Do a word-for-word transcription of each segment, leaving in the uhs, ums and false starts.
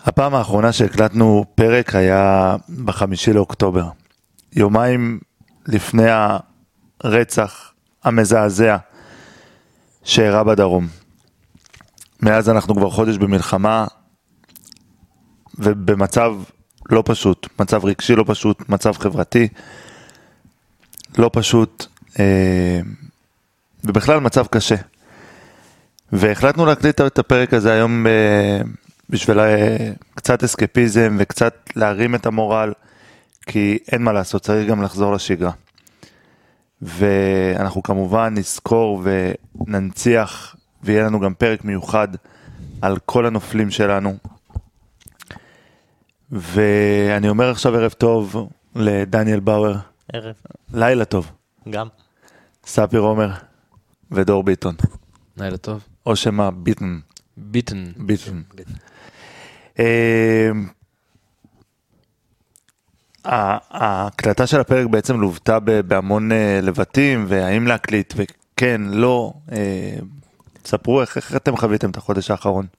הפעם האחרונה שהקלטנו פרק היה בחמישי לאוקטובר. יומיים לפני הרצח המזעזע שאירע בדרום. מאז אנחנו כבר חודש במלחמה, ובמצב לא פשוט, מצב רגשי לא פשוט, מצב חברתי לא פשוט, ובכלל מצב קשה. והחלטנו להקליט את הפרק הזה היום בשביל קצת אסקפיזם וקצת להרים את המורל, כי אין מה לעשות, צריך גם לחזור לשגרה. ואנחנו כמובן נזכור וננציח, ויהיה לנו גם פרק מיוחד על כל הנופלים שלנו. ואני אומר עכשיו ערב טוב לדניאל באואר. ערב. לילה טוב. גם. ספיר עומר ודור ביטון. לילה טוב. או שמה ביטון. ביטון. ביטון. ההקלטה של הפרק בעצם לוותה בהמון לבטים, והאם להקליט, וכן, לא. ספרו איך אתם חוויתם את החודש האחרון.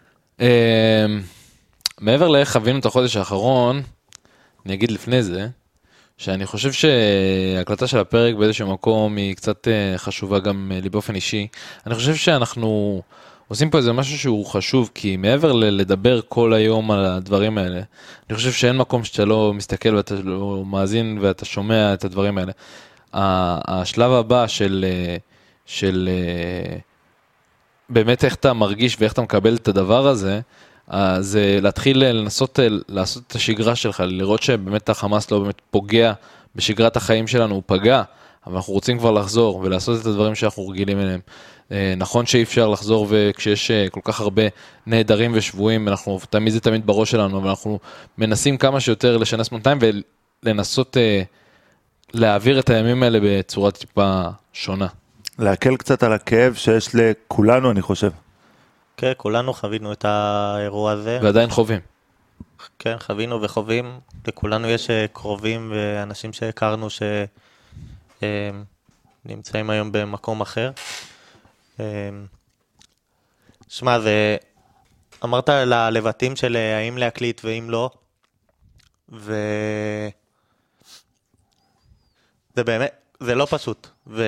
מעבר לאיך חווינו את החודש האחרון, אני אגיד לפני זה, שאני חושב שההקלטה של הפרק באיזשהו מקום היא קצת חשובה גם לי באופן אישי. אני חושב שאנחנו עושים פה איזה משהו שהוא חשוב, כי מעבר לדבר כל היום על הדברים האלה, אני חושב שאין מקום שאתה לא מסתכל ואתה לא מאזין ואתה שומע את הדברים האלה. השלב הבא של, של באמת איך אתה מרגיש ואיך אתה מקבל את הדבר הזה, זה להתחיל לנסות לעשות את השגרה שלך, לראות שבאמת החמאס לא באמת פוגע בשגרת החיים שלנו, הוא פגע, אבל אנחנו רוצים כבר לחזור ולעשות את הדברים שאנחנו רגילים אליהם. נכון שאי אפשר לחזור וכשיש כל כך הרבה נהדרים ושבויים, אנחנו תמיד זה תמיד בראש שלנו, אבל אנחנו מנסים כמה שיותר לשנס מונתיים ולנסות להעביר את הימים האלה בצורה טיפה שונה. להקל קצת על הכאב שיש לכולנו, אני חושב. כן, כולנו חווינו את האירוע הזה. ועדיין חווים. כן, חווינו וחווים. לכולנו יש קרובים ואנשים שהכרנו שנמצאים היום במקום אחר. שמע, זה... אמרת על הלבטים של האם להקליט ואם לא. ו... זה באמת, זה לא פשוט. ו...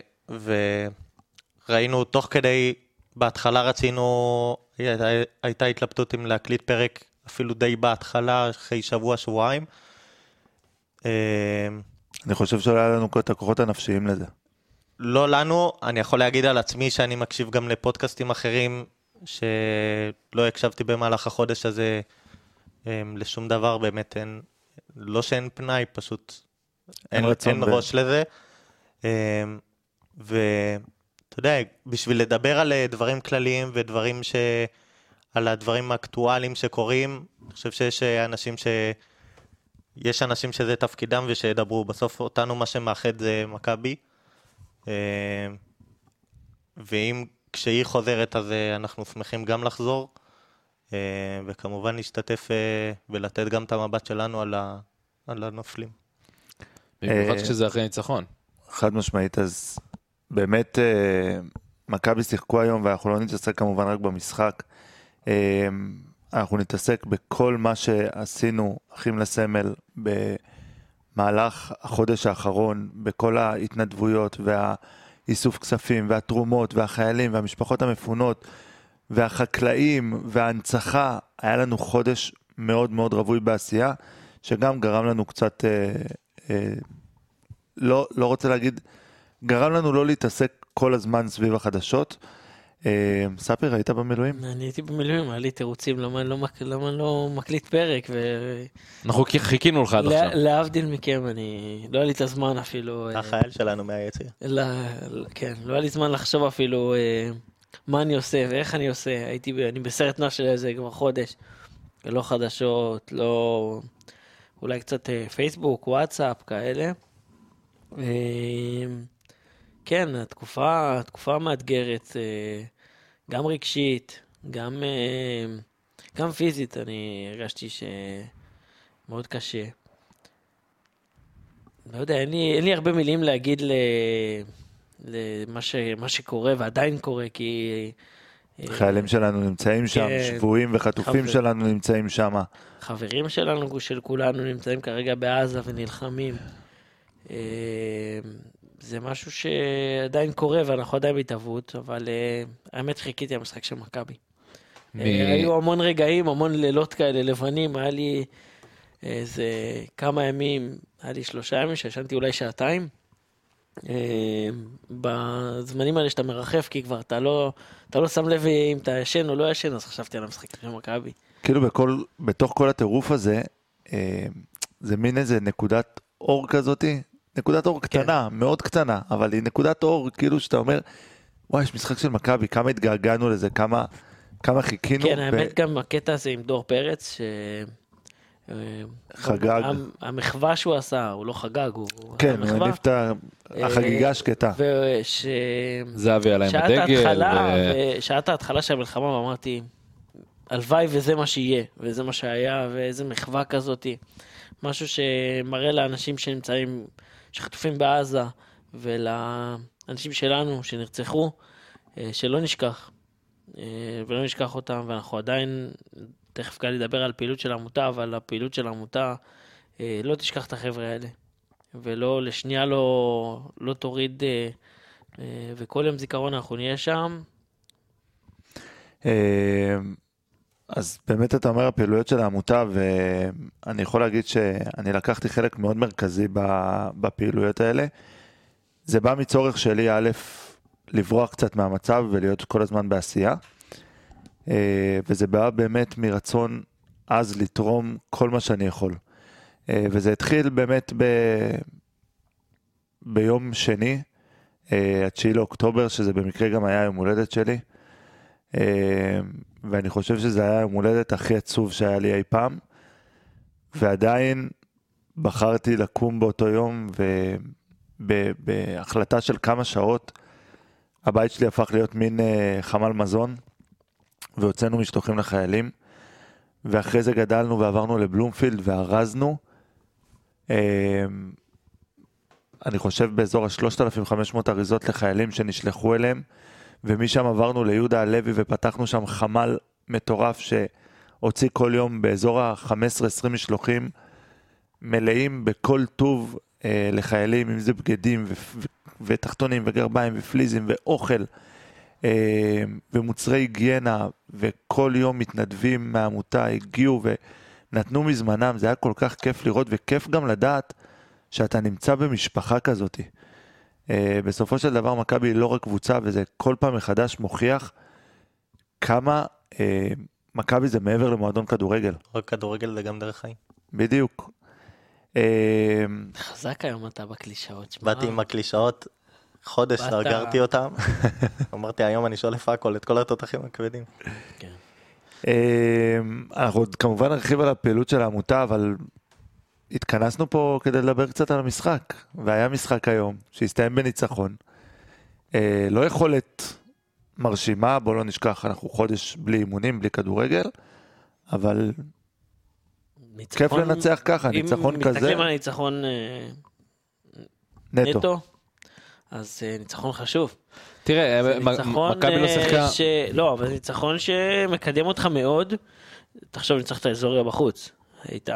וראינו תוך כדי... בהתחלה רצינו, הייתה התלבטות אם להקליט פרק אפילו די בהתחלה, אחרי שבוע, שבועיים. אני חושב שלא היה לנו את הכוחות הנפשיים לזה. לא לנו, אני יכול להגיד על עצמי שאני מקשיב גם לפודקאסטים אחרים, שלא הקשבתי במהלך החודש הזה לשום דבר, באמת אין, לא שאין פנאי, פשוט אין, אין ראש לזה. ו... אתה יודע, בשביל לדבר על דברים כלליים ודברים ש... על הדברים האקטואליים שקורים, אני חושב שיש אנשים ש... יש אנשים שזה תפקידם ושידברו. בסוף אותנו מה שמאחד זה מכבי. ואם כשהיא חוזרת אז אנחנו שמחים גם לחזור. וכמובן להשתתף ולתת גם את המבט שלנו על, ה... על הנופלים. במיוחד שזה אחרי ניצחון. חד משמעית, אז... באמת, מכבי שיחקו היום, ואנחנו לא נתעסק כמובן רק במשחק. אנחנו נתעסק בכל מה שעשינו, אחים לסמל, במהלך החודש האחרון, בכל ההתנדבויות והאיסוף כספים והתרומות והחיילים והמשפחות המפונות והחקלאים וההנצחה. היה לנו חודש מאוד מאוד רווי בעשייה, שגם גרם לנו קצת, לא, לא רוצה להגיד, גרם לנו לא להתעסק כל הזמן סביב החדשות. ספיר, היית במילואים? אני הייתי במילואים, היה לי תירוצים, למה אני לא מקליט פרק? אנחנו חיכינו לך עד עכשיו. להבדיל מכם, אני לא היה לי את הזמן אפילו. החייל שלנו מהיציע. כן, לא היה לי זמן לחשוב אפילו מה אני עושה ואיך אני עושה. אני בסרט נע של איזה כבר חודש, לא חדשות, לא... אולי קצת פייסבוק, וואטסאפ, כאלה. כן, התקופה, התקופה מאתגרת, גם רגשית, גם, גם פיזית, אני הרגשתי שמאוד קשה. לא יודע, אין לי, אין לי הרבה מילים להגיד למה ש, מה שקורה ועדיין קורה, כי חיילים שלנו נמצאים שם, כן, שבויים וחטופים חבר. שלנו נמצאים שם. חברים שלנו, של כולנו, נמצאים כרגע בעזה ונלחמים. אה, זה משהו שעדיין קורה ואנחנו עדיין בהתהוות, אבל אה, האמת חיכיתי המשחק של מכבי. מ- אה, היו המון רגעים, המון לילות כאלה לבנים, היה לי איזה כמה ימים, היה לי שלושה ימים שישנתי אולי שעתיים. אה, בזמנים האלה שאתה מרחף, כי כבר אתה לא, אתה לא שם לב אם אתה ישן או לא ישן, אז חשבתי על המשחק של מכבי. כאילו בכל, בתוך כל הטירוף הזה, אה, זה מין איזה נקודת אור כזאתי, נקודת אור קטנה, מאוד קטנה, אבל היא נקודת אור, כאילו שאתה אומר, וואי, יש משחק של מכבי, כמה התגעגענו לזה, כמה, כמה חיכינו. כן, האמת גם הקטע הזה עם דור פרץ, ש... חגג. המחווה שהוא עשה, הוא לא חגג, הוא... כן, הוא הניף את החגיגה השקטה. וש... זהבי עליהם שעת בדגל. ההתחלה, ו- שעת ההתחלה של המלחמה, ואמרתי, הלוואי וזה מה שיהיה, וזה מה שהיה, ואיזה מחווה כזאת. משהו שמראה לאנשים שנמצאים, שחטופים בעזה, ולאנשים שלנו שנרצחו, שלא נשכח, ולא נשכח אותם, ואנחנו עדיין, תכף קל לדבר על פעילות של העמותה, אבל הפעילות של העמותה, לא תשכח את החבר'ה האלה, ולא, לשנייה לא, לא תוריד, וכל יום זיכרון אנחנו נהיה שם. אז באמת אתה אומר הפעילויות של העמותה, ואני יכול להגיד שאני לקחתי חלק מאוד מרכזי בפעילויות האלה. זה בא מצורך שלי, א', לברוח קצת מהמצב ולהיות כל הזמן בעשייה, וזה בא באמת מרצון אז לתרום כל מה שאני יכול. וזה התחיל באמת ב... ביום שני, התשיעי לאוקטובר, שזה במקרה גם היה יום הולדת שלי, ואני חושב שזה היה יום הולדת הכי עצוב שהיה לי אי פעם, ועדיין בחרתי לקום באותו יום, ובהחלטה של כמה שעות, הבית שלי הפך להיות מין חמל מזון, והוצאנו משלוחים לחיילים, ואחרי זה גדלנו ועברנו לבלומפילד וארזנו, אני חושב באזור ה-שלושת אלפים וחמש מאות אריזות לחיילים שנשלחו אליהם, ומשם עברנו ליהודה הלוי ופתחנו שם חמל מטורף שהוציא כל יום באזור ה-חמש עשרה עשרים משלוחים מלאים בכל טוב אה, לחיילים, אם זה בגדים ו- ו- ותחתונים וגרביים ופליזים ואוכל אה, ומוצרי היגיינה, וכל יום מתנדבים מהעמותה הגיעו ונתנו מזמנם. זה היה כל כך כיף לראות, וכיף גם לדעת שאתה נמצא במשפחה כזאת. Uh, בסופו של דבר מכבי היא לא רק קבוצה, וזה כל פעם מחדש מוכיח כמה uh, מכבי זה מעבר למועדון כדורגל. רק כדורגל זה גם דרך חיים. בדיוק. Uh, חזק היום אתה בקלישאות. באתי עם הקלישאות, חודש באת- ארגרתי אותם, אמרתי היום אני שולף הכל, את כל התותחים הכבדים. כן. uh, אנחנו עוד כמובן נרחיב על הפעילות של העמותה, אבל התכנסנו פה כדי לדבר קצת על המשחק, והיה משחק היום שהסתיים בניצחון. אה, לא יכולת מרשימה, בוא לא נשכח, אנחנו חודש בלי אימונים, בלי כדורגל, אבל כיף ניצחון- לנצח ככה, ניצחון אם כזה, מסתכלים על ניצחון אה, נטו. נטו, אז אה, ניצחון חשוב. תראה, זה מ- ניצחון מכבי לא אה, שיחקה, ש... לא, אבל זה ניצחון שמקדם אותך מאוד. תחשוב, ניצחת את זוריה בחוץ. היית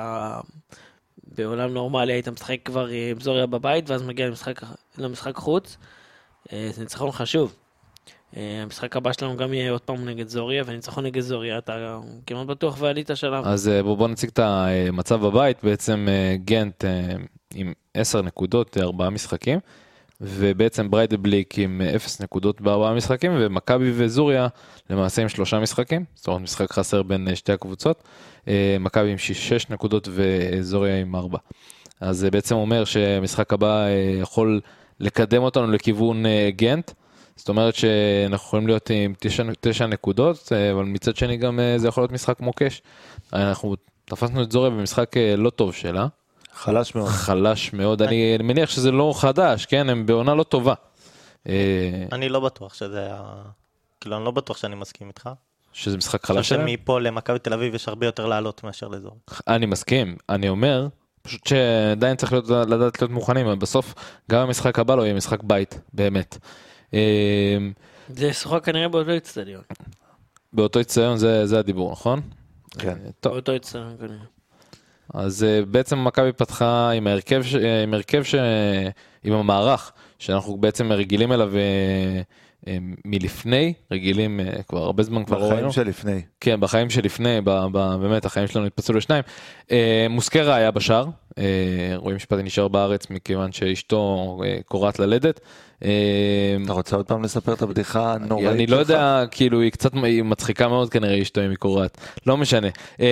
בעולם נורמלי, היית משחק כבר עם זוריה בבית, ואז מגיע למשחק, למשחק חוץ. אה, זה ניצחון חשוב. אה, המשחק הבא שלנו גם יהיה עוד פעם נגד זוריה, וניצחון נגד זוריה, אתה כמעט בטוח ועלית שלב. אז אה, בוא, בוא נציג את המצב בבית. בעצם אה, גנט אה, עם עשר נקודות, ארבעה משחקים, ובעצם בריידבליק עם אפס נקודות בארבעה משחקים, ומכבי וזוריה למעשה עם שלושה משחקים, זאת אומרת משחק חסר בין שתי הקבוצות, מכבי עם שש נקודות וזוריה עם ארבע. אז זה בעצם אומר שהמשחק הבא יכול לקדם אותנו לכיוון גנט, זאת אומרת שאנחנו יכולים להיות עם תשע, תשע נקודות, אבל מצד שני גם זה יכול להיות משחק מוקש. אנחנו תפסנו את זוריה במשחק לא טוב שלה, חלש מאוד. חלש מאוד, אני מניח שזה לא חדש, כן, הם בעונה לא טובה. אני לא בטוח שזה היה, כאילו אני לא בטוח שאני מסכים איתך. שזה משחק אני חלש חושב שלהם? שמפה למכבי תל אביב יש הרבה יותר לעלות מאשר לזור. אני מסכים, אני אומר, פשוט שעדיין צריך להיות, לדעת להיות מוכנים, אבל בסוף גם המשחק הבא לא יהיה משחק בית, באמת. זה שוחק כנראה באותו אצטדיון. באותו אצטדיון זה, זה הדיבור, נכון? כן. טוב. באותו אצטדיון כנראה. אז בעצם מכבי פתחה עם ההרכב, עם הרכב ש... עם המערך, שאנחנו בעצם רגילים אליו מלפני, רגילים כבר הרבה זמן כבר ראינו. בחיים שלפני. כן, בחיים שלפני, ב, ב, באמת החיים שלנו התפצלו לשניים. מוסקרה היה בשער, רואים משפטי נשאר בארץ מכיוון שאשתו קוראת ללדת. אתה רוצה עוד פעם לספר את הבדיחה הנוראית שלך? אני לא יודע, כאילו היא קצת מצחיקה מאוד כנראה אשתו עם קוראת, לא משנה.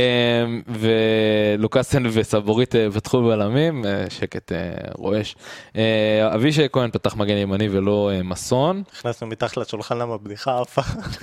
ולוקאסן וסבורית פתחו בלמים, שקט רועש. אבישי כהן פתח מגן ימני ולא מסון. נכנסנו מתחת לשולחן למה בדיחה אפה.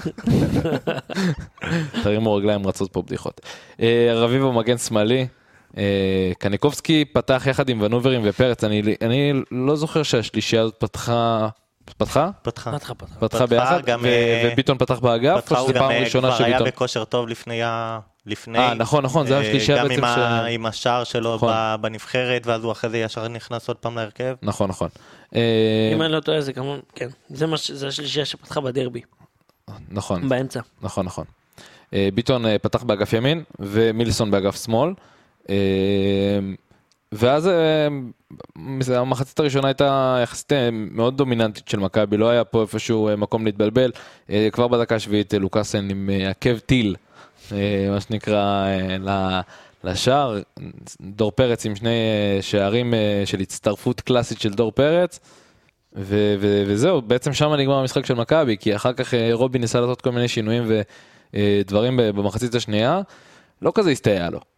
תרימו רגליים רצות פה בדיחות. רביבו מגן שמאלי. קניקובסקי פתח יחד עם ונוברים ופרץ, אני, אני לא זוכר שהשלישייה הזאת פתחה, פתחה? פתחה. פתחה, פתחה. פתחה ביחד, גם, ו, וביטון פתח באגף, פתחה או שזה פעם ראשונה שביטון? כבר שביטון? היה בכושר טוב לפני ה... לפני, אה, נכון, נכון, זה השלישייה בעצם גם ש... עם, ה... עם השער שלו נכון. בנבחרת, ואז הוא אחרי זה ישר נכנס עוד פעם להרכב. נכון, נכון. אם אני לא טועה, זה כמובן, כן. זה, מה, זה השלישייה שפתחה בדרבי. נכון. באמצע. נכון, נכון. ביטון פתח באגף ימין, ומילסון באגף שמאל. ואז המחצית הראשונה הייתה יחסית מאוד דומיננטית של מכבי, לא היה פה איפשהו מקום להתבלבל. כבר בדקה השביעית לוקאסן עם עקב טיל, מה שנקרא, לשער. דור פרץ עם שני שערים של הצטרפות קלאסית של דור פרץ. ו- ו- וזהו, בעצם שם נגמר המשחק של מכבי, כי אחר כך רובי ניסה לעשות כל מיני שינויים ודברים במחצית השנייה, לא כזה הסתייע לו.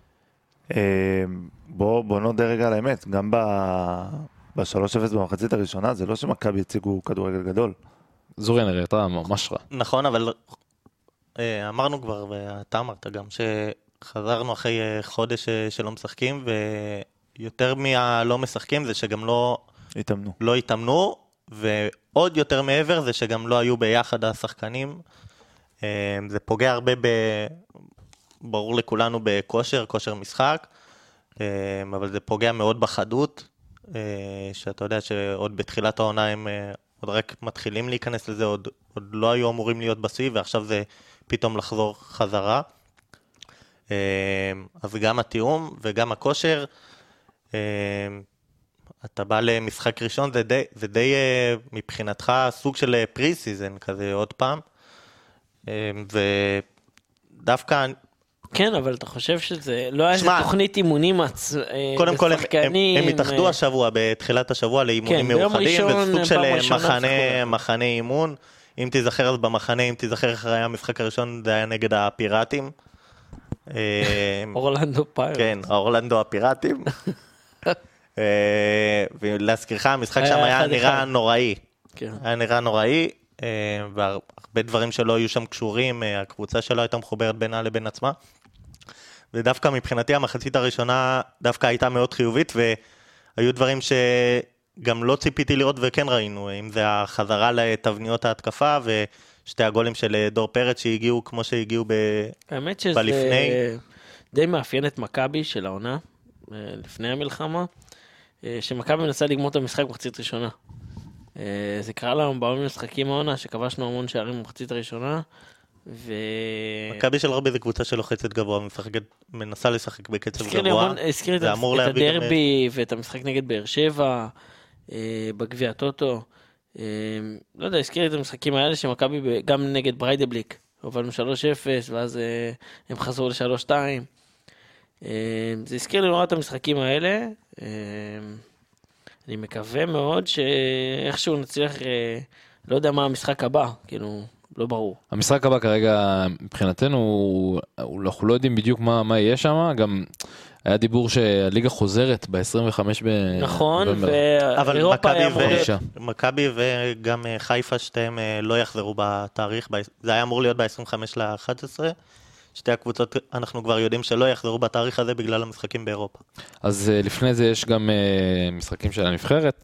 בוא, בוא נודה רגע על האמת, גם ב-שלוש אפס במחצית הראשונה, זה לא שמכבי הציגו כדורגל גדול. זוריה נראית ממש רע. נכון, אבל אמרנו כבר, ואתה אמרת גם, שחזרנו אחרי חודש שלא משחקים, ויותר מהלא משחקים זה שגם לא... התאמנו. לא התאמנו, ועוד יותר מעבר זה שגם לא היו ביחד השחקנים. זה פוגע הרבה ב... ברור לכולנו בכושר, כושר משחק, אבל זה פוגע מאוד בחדות, שאתה יודע שעוד בתחילת העונה הם עוד רק מתחילים להיכנס לזה, עוד, עוד לא היו אמורים להיות בסביב, ועכשיו זה פתאום לחזור חזרה. אז גם התיאום וגם הכושר, אתה בא למשחק ראשון, זה די, זה די מבחינתך סוג של פרי-סיזן כזה עוד פעם, ודווקא... כן, אבל אתה חושב שזה לא היה איזה תוכנית אימונים קודם כל, הם, הם התאחדו השבוע, בתחילת השבוע, לאימונים מאוחדים, וזה סוג של מחנה, מחנה אימון. אם תיזכר אז במחנה, אם תיזכר אחרי המשחק הראשון, זה היה נגד הפיראטים. אורלנדו פיירטס. כן, האורלנדו הפיראטים. ולהזכירך, המשחק שם היה נראה נוראי. היה נראה נוראי, והרבה דברים שלא היו שם קשורים, הקבוצה שלו הייתה מחוברת בינה לבין עצמה. ודווקא מבחינתי המחצית הראשונה דווקא הייתה מאוד חיובית, והיו דברים שגם לא ציפיתי לראות וכן ראינו, אם זה החזרה לתבניות ההתקפה, ושתי הגולים של דור פרץ שהגיעו כמו שהגיעו ב... האמת שזה בלפני. די מאפיין את מכבי של העונה, לפני המלחמה, שמכבי מנסה לגמור את המשחק במחצית ראשונה. זה קרה לנו בעולם משחקים העונה, שכבשנו המון שערים במחצית הראשונה, ו... מכבי של רבי זה קבוצה שלוחצת גבוה, מנסה לשחק בקצב גבוה. הזכיר את הדרבי ואת המשחק נגד באר שבע, בגביע הטוטו. לא יודע, הזכיר את המשחקים האלה שמכבי גם נגד בריידבליק, הובלנו שלוש אפס, ואז הם חזרו ל-שלוש שתיים. זה הזכיר לי נורא את המשחקים האלה. אני מקווה מאוד שאיכשהו נצליח, לא יודע מה המשחק הבא, כאילו... לא ברור. המשחק הבא כרגע מבחינתנו, אנחנו לא יודעים בדיוק מה, מה יהיה שם, גם היה דיבור שהליגה חוזרת ב-עשרים וחמישה בנובמבר. נכון, אבל מכבי וגם חיפה שתיהם לא יחזרו בתאריך, זה היה אמור להיות ב-עשרים וחמישה לאחת עשרה, שתי הקבוצות אנחנו כבר יודעים שלא יחזרו בתאריך הזה בגלל המשחקים באירופה. אז לפני זה יש גם משחקים של הנבחרת,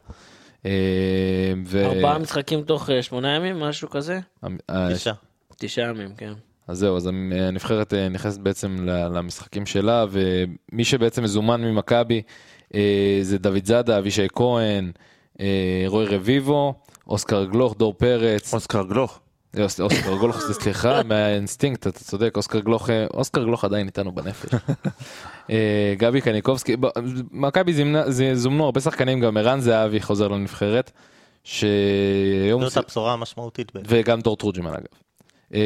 ארבעה משחקים תוך שמונה ימים, משהו כזה? תשעה. תשעה ימים, כן. אז זהו, אז הנבחרת נכנסת בעצם למשחקים שלה, ומי שבעצם מזומן ממכבי זה דוד זאדה, אבישי כהן, רוי רביבו, אוסקר גלוך, דור פרץ. אוסקר גלוך. אוסקר גלוך, סליחה, מהאינסטינקט, אתה צודק, אוסקר גלוך, אוסקר גלוך עדיין איתנו בנפש. גבי קניקובסקי, מכבי זומנו הרבה שחקנים, גם ערן זהבי חוזר לנבחרת, שיום... זאת הבשורה המשמעותית. וגם דור תורג'מן אגב.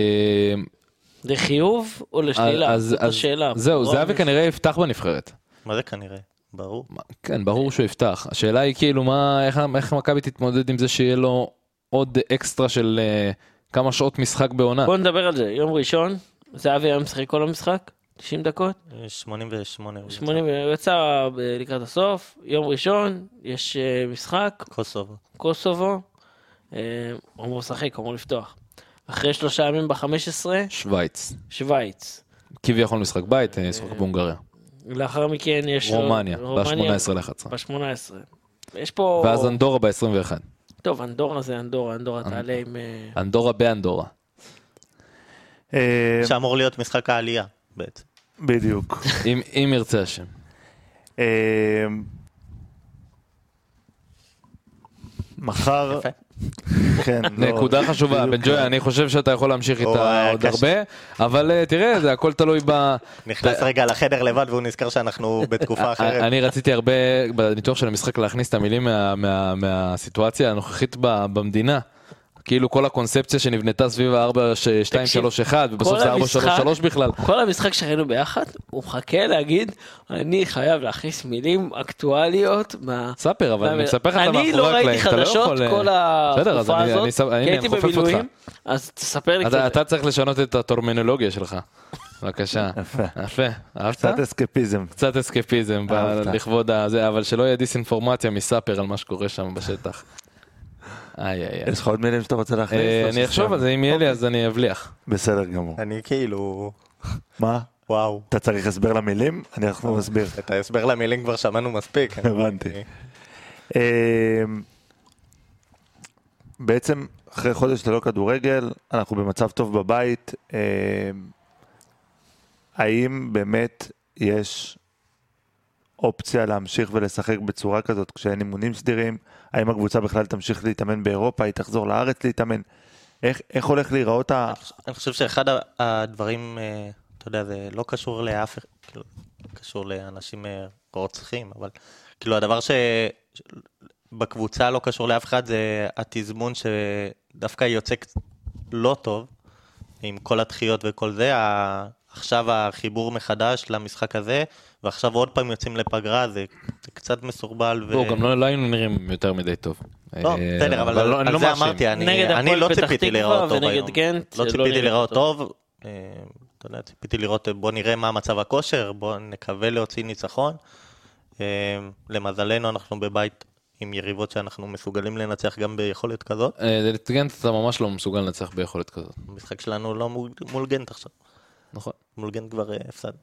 לחיוב או לשלילה? זאת השאלה. זהו, זהבי כנראה יפתח בנבחרת. מה זה כנראה? ברור. כן, ברור שהוא יפתח. השאלה היא כאילו, איך מכבי תתמודד עם זה שיהיה לו עוד אקסטרה של כמה שעות משחק בעונה? בוא נדבר על זה. יום ראשון, זהבי היה משחק כל המשחק, תשעים דקות. שמונים ושמונה. שמונים, הוא יצא לקראת הסוף. יום ראשון, יש משחק. קוסובו. קוסובו. אמור לשחק, אמור לפתוח. אחרי שלושה ימים ב-חמש עשרה. שוויץ. שוויץ. כביכול משחק בית, משחק בהונגריה. לאחר מכן יש... רומניה, ב-שמונה עשרה לאחת עשרה. ב-שמונה עשרה. יש פה... ואז אנדורה ב-עשרים ואחת. טוב, אנדורה זה אנדורה, אנדורה תעלה עם... אנדורה באנדורה. שאמור להיות משחק העלייה בעצם. בדיוק. אם ירצה השם. מחר... כן, נקודה חשובה, בן ג'וי, אני חושב שאתה יכול להמשיך איתה עוד הרבה, אבל תראה, זה הכל תלוי ב... נכנס רגע לחדר לבד והוא נזכר שאנחנו בתקופה אחרת. אני רציתי הרבה בניתוח של המשחק להכניס את המילים מהסיטואציה הנוכחית במדינה, כאילו כל הקונספציה שנבנתה סביב ה-ארבע שתיים שלוש אחת, ובסוף זה ארבע שלוש שלוש בכלל. כל המשחק שראינו ביחד, הוא מחכה להגיד, אני חייב להכניס מילים אקטואליות. ספר, אבל אני מספר לך את אני לא ראיתי חדשות כל התקופה הזאת, כי הייתי במילואים, אז תספר לי קצת. אתה צריך לשנות את הטרמינולוגיה שלך. בבקשה. יפה. יפה. אהבת? קצת אסקפיזם. קצת אסקפיזם, לכבוד הזה, אבל שלא יהיה דיסאינפורמציה מספר על מה שקורה שם בשטח. יש לך עוד מילים שאתה רוצה להכניס? אני אחשוב על זה, אם יהיה לי אז אני אבליח. בסדר גמור. אני כאילו... מה? וואו. אתה צריך הסבר למילים? אני אנחנו נסביר. את ההסבר למילים כבר שמענו מספיק. הבנתי. בעצם אחרי חודש ללא כדורגל, אנחנו במצב טוב בבית. האם באמת יש אופציה להמשיך ולשחק בצורה כזאת כשאין אימונים סדירים? האם הקבוצה בכלל תמשיך להתאמן באירופה? היא תחזור לארץ להתאמן? איך, איך הולך להיראות ה... אני חושב שאחד הדברים, אתה יודע, זה לא קשור לאף, כאילו, קשור לאנשים רוצחים, אבל כאילו הדבר שבקבוצה לא קשור לאף אחד זה התזמון שדווקא יוצא לא טוב, עם כל הדחיות וכל זה, עכשיו החיבור מחדש למשחק הזה, ועכשיו עוד פעם יוצאים לפגרה, זה, זה קצת מסורבל. לא, ו... גם לא, לא היינו נראים יותר מדי טוב. לא, בסדר, אבל, אבל על לא זה אמרתי, אני, אני לא ציפיתי לראות טוב היום. גנט, לא ציפיתי לראות טוב, טוב. אתה יודע, ציפיתי לראות, בוא נראה מה מצב הכושר, בוא נקווה להוציא ניצחון. למזלנו אנחנו בבית עם יריבות שאנחנו מסוגלים לנצח גם ביכולת כזאת. גנט אתה ממש לא מסוגל לנצח ביכולת כזאת. המשחק שלנו לא מול, מול גנט עכשיו. נכון. מול גנט כבר הפסד.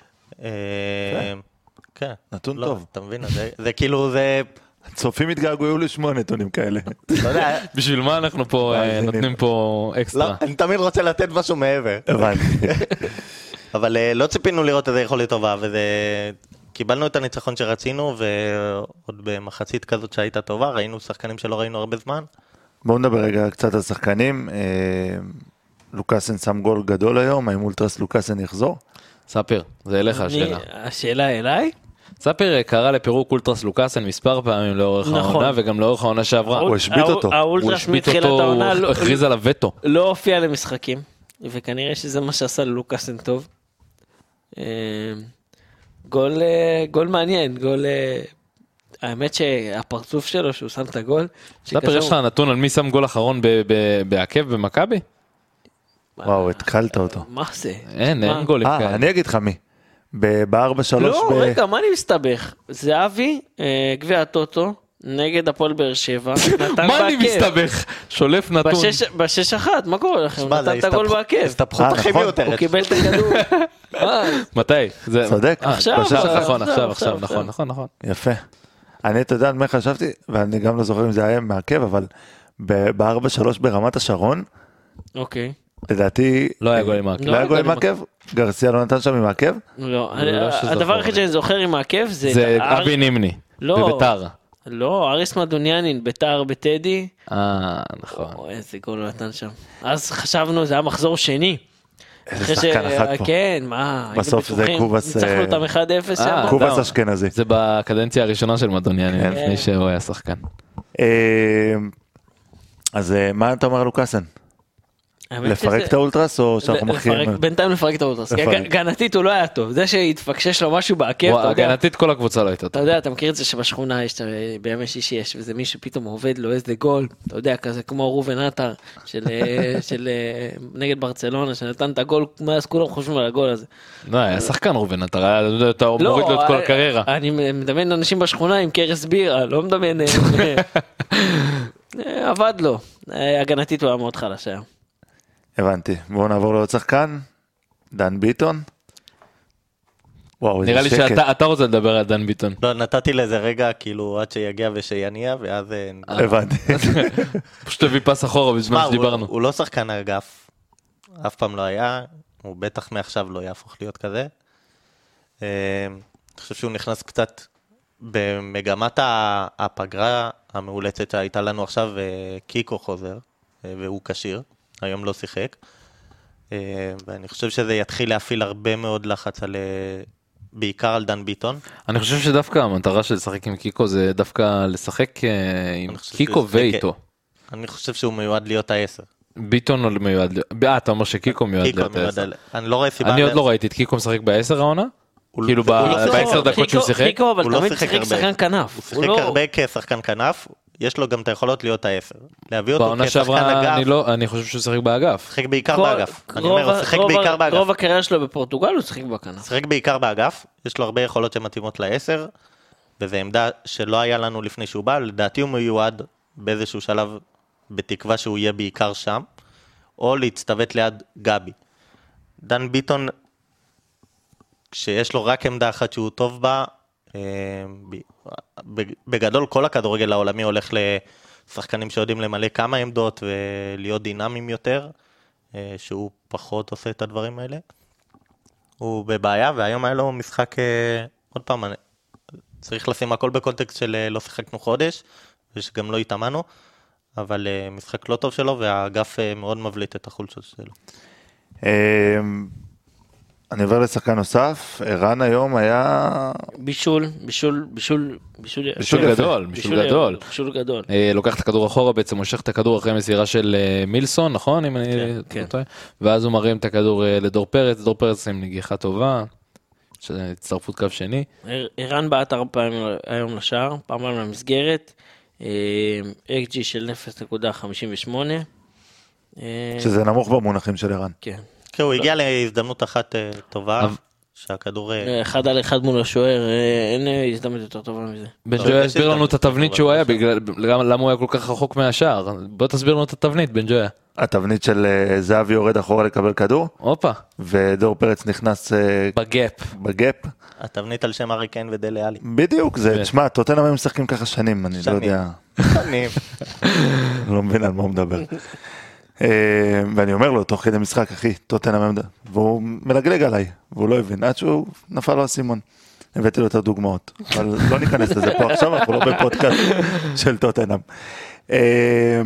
כן. נתון טוב. אתה מבין, זה כאילו זה... צופים התגעגעו לשמוע נתונים כאלה. בשביל מה אנחנו פה נותנים פה אקסטרה? אני תמיד רוצה לתת משהו מעבר. הבנתי. אבל לא ציפינו לראות איזה יכולת טובה, וקיבלנו את הניצחון שרצינו, ועוד במחצית כזאת שהייתה טובה, ראינו שחקנים שלא ראינו הרבה זמן. בואו נדבר רגע קצת על שחקנים. לוקאסן שם גול גדול היום, האם אולטרס לוקאסן יחזור? ספר, זה אליך השאלה. השאלה אליי? ספר קרא לפירוק אולטרס לוקאסן מספר פעמים לאורך העונה, וגם לאורך העונה שעברה. הוא השביט אותו. הוא השביט אותו, הוא הכריז על הווטו. לא הופיע למשחקים, וכנראה שזה מה שעשה ללוקאסן טוב. גול מעניין, גול... האמת שהפרצוף שלו, שהוא שם את הגול... ספר, יש לך נתון על מי שם גול אחרון בעקב במכבי? וואו, התקלת אותו. מה זה? אין, אין גולים כאלה. אה, אני אגיד לך מי. ב-ארבע שלוש... לא, רגע, מה אני מסתבך? זה אבי, גביע הטוטו, נגד הפועל באר שבע. מה אני מסתבך? שולף נתון. בשש אחת, מה קורה לכם? נתן את הגול בעקב. הסתבכות הכי מיותרת. הוא קיבל את הכדור. מתי? צודק. עכשיו, נכון, עכשיו, עכשיו, נכון, נכון, נכון. יפה. אני, אתה יודע, מה חשבתי, ואני גם לא זוכר אם זה היה מעכב, אבל ב-ארבע שלוש ברמת השרון, אוקיי. לדעתי... לא היה גול עם מעכב. לא היה גול עם מעכב? גרסיה לא נתן שם עם מעכב? לא, הדבר הכי שאני זוכר עם מעכב זה... זה אבי נימני, בביתר. לא, אריס מדוניאנין, ביתר בטדי. אה, נכון. או, איזה גול הוא נתן שם. אז חשבנו, זה היה מחזור שני. איזה שחקן אחד פה. כן, מה, בסוף זה קובס... ניצחנו אותם אחד אפס שם. אה, קובס אשכנזי. זה בקדנציה הראשונה של מדוניאני, כן. לפני שהוא היה שחקן. אז מה אתה אומר לוקאסן? לפרק את האולטרס או שאנחנו מכירים? בינתיים לפרק את האולטרס. גנתית הוא לא היה טוב. זה שהתפקשש לו משהו בעקב, אתה יודע. גנתית כל הקבוצה לא הייתה אתה טוב. יודע, אתה מכיר את זה שבשכונה יש, בימי שישי יש, וזה מישהו פתאום עובד לו איזה גול, אתה יודע, כזה כמו ראובן עטר, של נגד ברצלונה, שנתן את הגול, מאז כולם חושבים על הגול הזה. לא, היה שחקן ראובן עטר, אתה מוריד לו את כל הקריירה. אני מדמיין אנשים בשכונה עם קרס בירה, לא מדמיין, עבד לו. הגנתית הוא היה מאוד חלש היום. הבנתי. בואו נעבור לעוד שחקן. דן ביטון. וואו, איזה נראה לי שקט. שאתה רוצה לדבר על דן ביטון. לא, נתתי לזה רגע, כאילו, עד שיגיע ושיניע, ואז... הבנתי. פשוט הביא פס אחורה בזמן מה, הוא- שדיברנו. הוא לא שחקן אגף, אף פעם לא היה, הוא בטח מעכשיו לא יהפוך להיות כזה. אה, אני חושב שהוא נכנס קצת במגמת ה- הפגרה המאולצת שהייתה לנו עכשיו, אה, קיקו חוזר, אה, והוא כשיר, היום לא שיחק. אה, ואני חושב שזה יתחיל להפעיל הרבה מאוד לחץ על... אה, בעיקר על דן ביטון. אני חושב שדווקא המטרה של לשחק עם קיקו זה דווקא לשחק אה, עם אני חושב קיקו שהוא ישחק- ואיתו. אני חושב שהוא מיועד להיות העשר. ביטון לא מיועד, להיות- אה, אתה אומר שקיקו מיועד קיקו להיות מיועד העשר. על... אני לא רואה סיבה... אני עוד לה- לא ראיתי את קיקו משחק בעשר העונה, הוא- כאילו הוא לא ב- שיחק. בעשר דקות שהוא שיחק. חיקו, אבל הוא לא תמיד שיחק שיחק הרבה. שחקן כנף. הוא הוא שיחק לא- הרבה כשחקן כנף, יש לו גם את היכולות להיות העשר. להביא אותו בעונה כשחקן שעברה אני אגף, לא, אני חושב שהוא שיחק באגף. שיחק בעיקר כל- באגף. אני רוב אומר, ה- הוא שיחק רוב ה- בעיקר באגף. רוב הקריירה שלו בפורטוגל הוא שיחק בכנף. שיחק בעיקר באגף, יש לו הרבה יכולות שמתאימות לעשר, וזו עמדה שלא היה לנו לפני שהוא בא, לדעתי הוא מיועד באיזשהו שלב, בתקווה שהוא יהיה בעיקר שם, או להצטוות ליד גבי. דן ביטון, כשיש לו רק עמדה אחת שהוא טוב בה, אה, ב- בגדול כל הכדורגל העולמי הולך לשחקנים שיודעים למלא כמה עמדות ולהיות דינמיים יותר, אה, שהוא פחות עושה את הדברים האלה. הוא בבעיה, והיום היה לו משחק, אה, עוד פעם, אני- צריך לשים הכל בקונטקסט של אה, לא שיחקנו חודש, ושגם לא התאמנו, אבל אה, משחק לא טוב שלו, והאגף אה, מאוד מבליט את החולשות שלו. אמ, אני עובר לשחקן נוסף. ערן היום היה... בישול, בישול, בישול, בישול בישול יפה. גדול, בישול גדול. בישול גדול. אה, לוקח את הכדור אחורה, בעצם מושך את הכדור אחרי מסירה של אה, מילסון, נכון? אם אני כן. לא טועה. ואז הוא מרים את הכדור אה, לדור פרץ, דור פרץ עם נגיחה טובה, שזה הצטרפות קו שני. ערן בעט ארבע פעמים היום לשער, פעמיים למסגרת, אקס ג'י של אפס נקודה חמישים ושמונה. אה, שזה נמוך במונחים של ערן. כן. כן, הוא הגיע להזדמנות אחת אה, טובה, אבל- שהכדור... אה, אחד על אחד מול השוער, אה, אין אה, הזדמנות יותר טובה מזה. בן לא, ג'ויה יש הסביר לנו את הזדמנות התבנית טובה, שהוא היה, אבל- בגלל- למה למה הוא היה כל כך רחוק מהשער. בוא תסביר לנו את התבנית, בן ג'ויה. התבנית של אה, זהבי יורד אחורה לקבל כדור, הופה, ודור פרץ נכנס אה, בגאפ. בגאפ. התבנית על שם ארי קיין ודלה עלי. בדיוק, זה, כן. תשמע, טוטנהאם הם משחקים ככה שנים, אני לא שנים. יודע, אני... לא מבין על מה הוא מדבר. אה, ואני אומר לו, תוך כדי משחק, אחי, טוטנהאם הם... והוא מלגלג עליי, והוא לא הבין, עד שהוא נפל לו הסימון. הבאתי לו יותר דוגמאות, אבל לא ניכנס לזה פה עכשיו, אנחנו לא בפודקאסט של טוטנהאם. אה,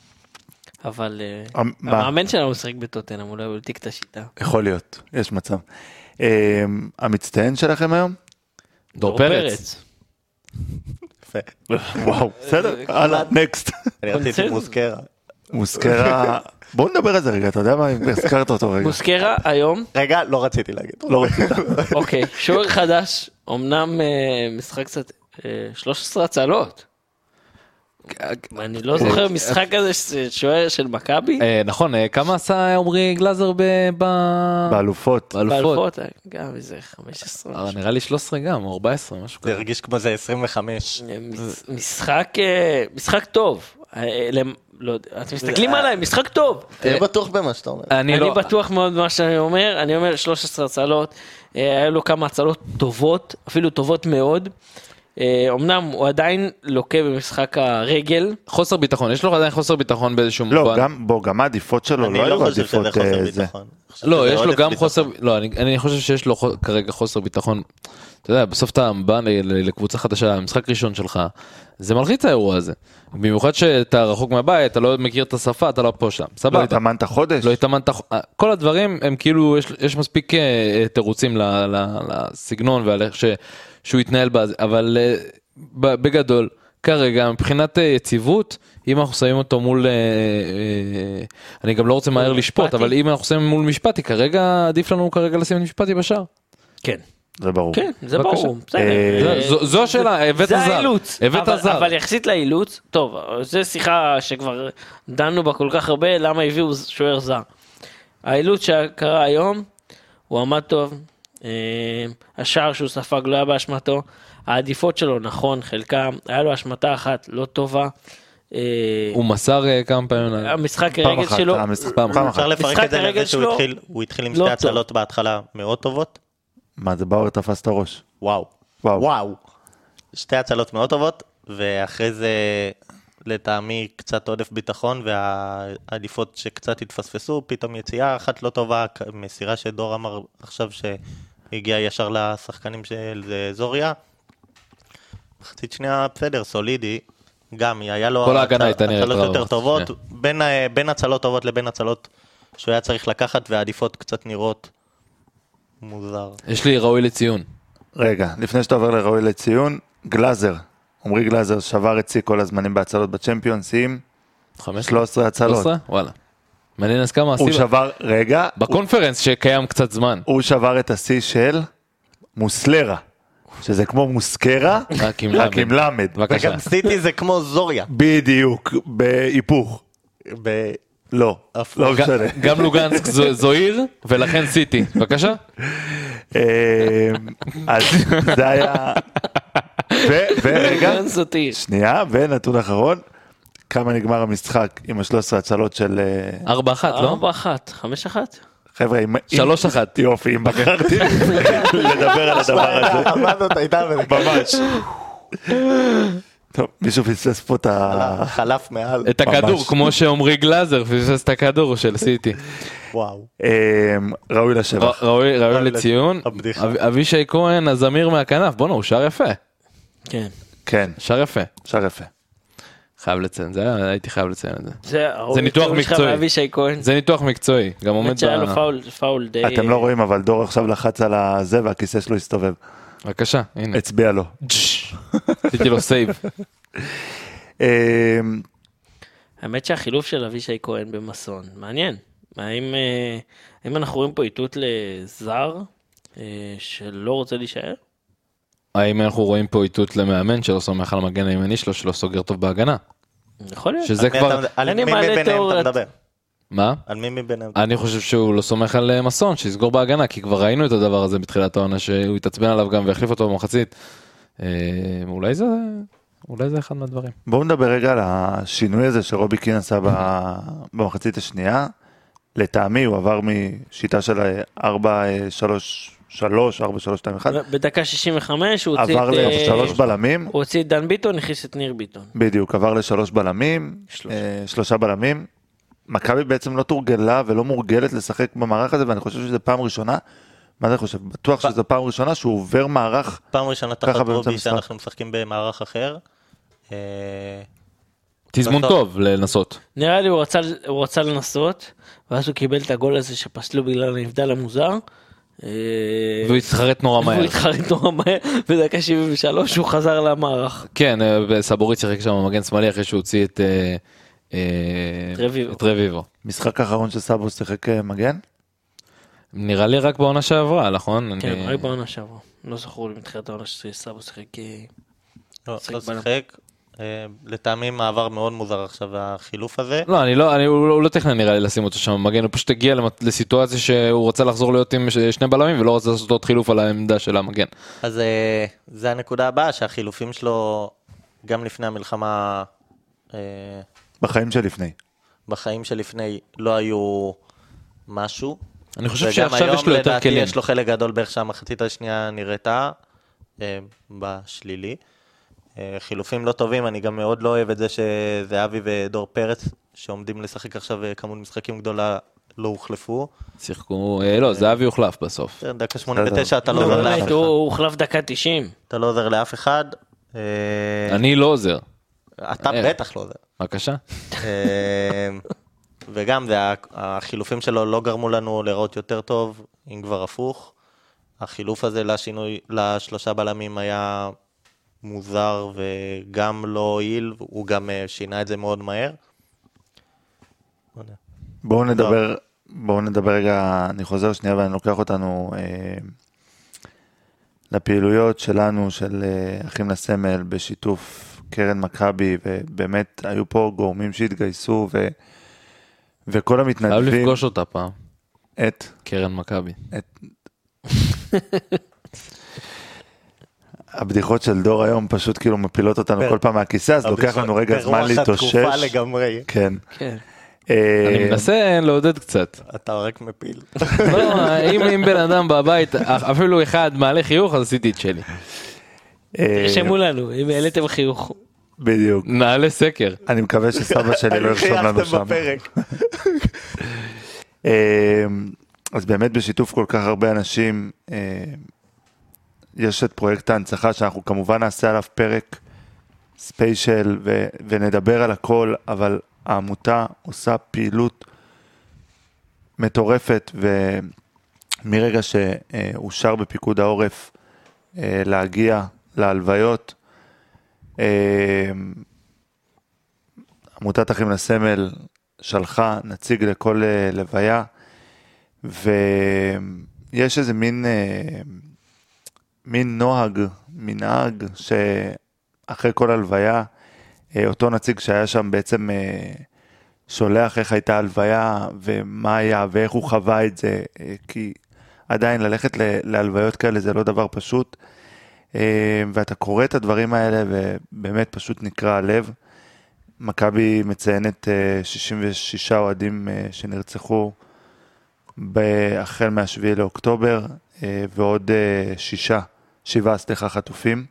אבל אה, מה? המאמן שלנו משחק בטוטנהאם, אולי הוא יעתיק את השיטה. יכול להיות, יש מצב. אה, המצטיין שלכם היום? דור פרץ. יפה. וואו, בסדר, הלאה, נקסט. אני רציתי קונצנזוס. מוזכרה. מוזכרה, בואו נדבר על זה רגע, אתה יודע מה, אם הזכרת אותו רגע. מוסקרה היום, רגע, לא רציתי להגיד. לא רצית. אוקיי, שוער חדש, אמנם אה, משחק קצת, אה, שלוש עשרה הצלות. אני לא זוכר משחק כזה ש- שוער של מכבי, אה, נכון, אה, כמה עשה עומרי גלאזר ב- ב- באלופות. באלופות? באלפות, אה, גם איזה חמש עשרה. אה, נראה לי שלוש עשרה גם, או ארבע עשרה, משהו זה כזה. הרגיש כמו זה עשרים וחמש. אה, מש- משחק, אה, משחק טוב. אה, למ- לא יודע, אתם מסתכלים עליי, משחק טוב. תהיה בטוח במה שאתה אומר. אני אני לא... בטוח מאוד במה שאני אומר, אני אומר שלוש עשרה הצלות, אה, היה לו כמה הצלות טובות, אפילו טובות מאוד. אמנם הוא עדיין לוקה במשחק הרגל. חוסר ביטחון, יש לו עדיין חוסר ביטחון באיזשהו מובן. לא, גם, בוא, גם העדיפות שלו לא היו עדיפות זה. לא, יש לו גם חוסר, לא, אני חושב שיש לו כרגע חוסר ביטחון. אתה יודע, בסוף אתה בא לקבוצה חדשה, המשחק ראשון שלך, זה מלחיץ האירוע הזה. במיוחד שאתה רחוק מהבית, אתה לא מכיר את השפה, אתה לא פה שם. סבבה. לא התאמנת חודש. לא התאמנת, כל הדברים הם כאילו, יש, יש מספיק תירוצים לסגנון ועל איך שהוא יתנהל בזה, אבל בגדול, כרגע, מבחינת יציבות, אם אנחנו שמים אותו מול, אני גם לא רוצה מהר לשפוט, אבל אם אנחנו שמים מול משפטי, כרגע עדיף לנו כרגע לשים את משפטי בשער. כן. זה ברור. כן, זה ברור. זו השאלה, הבאת זה הזר. האילוץ. הבאת הזר. אבל יחסית לאילוץ, טוב, זו שיחה שכבר דנו בה כל כך הרבה, למה הביאו שוער זר. האילוץ שקרה היום, הוא עמד טוב, השער שהוא ספג לא היה באשמתו, העדיפות שלו נכון, חלקם, היה לו אשמתה אחת לא טובה. הוא מסר כמה פעמים. המשחק הרגל שלו. אפשר לפרק את זה לזה שהוא התחיל עם שתי הצלות בהתחלה מאוד טובות. מה זה באואר תפס את הראש? וואו. וואו. שתי הצלות מאוד טובות, ואחרי זה לטעמי קצת עודף ביטחון, והעדיפות שקצת התפספסו, פתאום יציאה אחת לא טובה, מסירה שדור אמר עכשיו שהגיע ישר לשחקנים של זוריה. מחצית שנייה בסדר, סולידי, גם היה לו כל ההגנה הייתה נראית הצלות יותר טובות, בין הצלות טובות לבין הצלות שהוא היה צריך לקחת, והעדיפות קצת נראות מוזר. יש לי ראוי לציון. רגע, לפני שאתה עובר לראוי לציון, גלאזר, עמרי גלאזר שבר את שיא כל הזמנים בהצלות בצ'מפיונס עם שלוש עשרה הצלות. וואלה. מעניין אז כמה הוא שבר, רגע. בקונפרנס שקיים קצת זמן. הוא שבר את השיא של מוסלרה, שזה כמו מוסקרה, רק עם למד. וגם סיטי זה כמו זוריה. בדיוק, בהיפוך. ב... לא, לא משנה. גם לוגנסק זו עיר, ולכן סיטי. בבקשה. אז זה היה... ורגע, שנייה, ונתון אחרון, כמה נגמר המשחק עם ה-שלוש עשרה הצלות של... ארבע אחת, לא? ארבע אחת, חמש אחת? חבר'ה, שלוש אחת. יופי, אם בחרתי לדבר על הדבר הזה. עמדות הייתה ממש. טוב, מישהו פספס פה את ה... חלף מעל. את הכדור, כמו שעמרי גלאזר פספס את הכדור של סיטי. וואו. ראוי לשבח. ראוי לציון. אבישי כהן, הזמיר מהכנף. בואו, הוא שר יפה. כן. כן. שר יפה. שר יפה. חייב לציין, זה הייתי חייב לציין את זה. זה ניתוח מקצועי. זה ניתוח מקצועי. גם עומד שהיה לו פאול די... אתם לא רואים, אבל דור עכשיו לחץ על הזה והכיסא שלו הסתובב. בבקשה, הנה. הצביע לו. עשיתי לו סייב. האמת שהחילוף של אבישי כהן במסון, מעניין. האם אנחנו רואים פה איתות לזר שלא רוצה להישאר? האם אנחנו רואים פה איתות למאמן שלא סומך על המגן הימני שלו, שלא סוגר טוב בהגנה? יכול להיות. שזה כבר... על מי מביניהם אתה מדבר? מה? על מי מביניהם? אני חושב שהוא לא סומך על מסון, שיסגור בהגנה, כי כבר ראינו את הדבר הזה בתחילת העונה, שהוא יתעצבן עליו גם והחליף אותו במחצית. אולי זה... אולי זה אחד מהדברים. בואו נדבר רגע על השינוי הזה שרובי קין עשה במחצית השנייה. לטעמי הוא עבר משיטה של ארבע שלוש שלוש, ארבע שלוש שתיים אחת. בדקה שישים וחמש הוא הוציא עבר לשלוש בלמים. הוא הוציא את דן ביטון, הכניס את ניר ביטון. בדיוק, עבר לשלוש בלמים, שלושה בלמים. מכבי בעצם לא תורגלה ולא מורגלת לשחק במערך הזה, ואני חושב שזה פעם ראשונה. מה אתה חושב? בטוח שזו פעם ראשונה שהוא עובר מערך. פעם ראשונה תחת רובי שאנחנו משחקים במערך אחר. תזמון טוב לנסות. נראה לי הוא רצה לנסות, ואז הוא קיבל את הגול הזה שפסלו בגלל הנבדל המוזר. והוא התחרט נורא מהר. והוא התחרט נורא מהר, בדקה שבעים ושלוש הוא חזר למערך. כן, סבורית שיחק שם מגן שמאלי אחרי שהוא הוציא את רביבו. משחק האחרון של סבו שיחק מגן? נראה לי רק בעונה שעברה, נכון? כן, רק בעונה שעברה. לא זכור לי מתחילת העונה שסבו שיחק... לא שיחק. לטעמי מעבר מאוד מוזר עכשיו החילוף הזה. לא, אני לא, אני, הוא לא תכנן נראה לי לשים אותו שם במגן, הוא פשוט הגיע לסיטואציה שהוא רוצה לחזור להיות עם שני בלמים ולא רוצה לעשות עוד חילוף על העמדה של המגן. אז זה הנקודה הבאה, שהחילופים שלו גם לפני המלחמה... בחיים שלפני. בחיים שלפני לא היו משהו. אני חושב שעכשיו יש לו יותר כלים. יש לו חלק גדול בערך שהמחצית השנייה נראתה בשלילי. חילופים לא טובים, אני גם מאוד לא אוהב את זה שזהבי ודור פרץ, שעומדים לשחק עכשיו כמות משחקים גדולה, לא הוחלפו. שיחקו, לא, זהבי הוחלף בסוף. דקה שמונים ותשע, אתה לא עוזר לאף אחד. הוא הוחלף דקה תשעים. אתה לא עוזר לאף אחד. אני לא עוזר. אתה בטח לא עוזר. בבקשה. וגם החילופים שלו לא גרמו לנו לראות יותר טוב, אם כבר הפוך. החילוף הזה לשינוי, לשלושה בלמים היה מוזר וגם לא הועיל, הוא גם שינה את זה מאוד מהר. בואו נדבר, בואו נדבר רגע, אני חוזר שנייה ואני לוקח אותנו אה, לפעילויות שלנו, של אה, אחים לסמל, בשיתוף קרן מכבי, ובאמת היו פה גורמים שהתגייסו, ו, וכל המתנדבים... חייב לפגוש אותה פעם. את? קרן מכבי. את... הבדיחות של דור היום פשוט כאילו מפילות אותנו כל פעם מהכיסא, אז לוקח לנו רגע זמן להתאושש. ברוח התקופה לגמרי. כן. כן. אני מנסה לעודד קצת. אתה רק מפיל. לא, אם בן אדם בבית, אפילו אחד מעלה חיוך, אז עשיתי את שלי. תרשמו לנו, אם העליתם חיוך. בדיוק. נעלה סקר. אני מקווה שסבא שלי לא ירשום לנו שם. אז באמת בשיתוף כל כך הרבה אנשים, יש את פרויקט ההנצחה שאנחנו כמובן נעשה עליו פרק ספיישל ו- ונדבר על הכל, אבל העמותה עושה פעילות מטורפת, ומרגע שאושר בפיקוד העורף להגיע להלוויות, עמותת אחים לסמל שלחה נציג לכל לוויה, ויש איזה מין... מין נוהג, מנהג, שאחרי כל הלוויה, אותו נציג שהיה שם בעצם שולח איך הייתה הלוויה, ומה היה, ואיך הוא חווה את זה, כי עדיין ללכת להלוויות כאלה זה לא דבר פשוט, ואתה קורא את הדברים האלה, ובאמת פשוט נקרא הלב. מכבי מציינת שישים ושישה אוהדים שנרצחו, החל מהשביעי לאוקטובר, ועוד שישה, שבעה, סליחה, חטופים.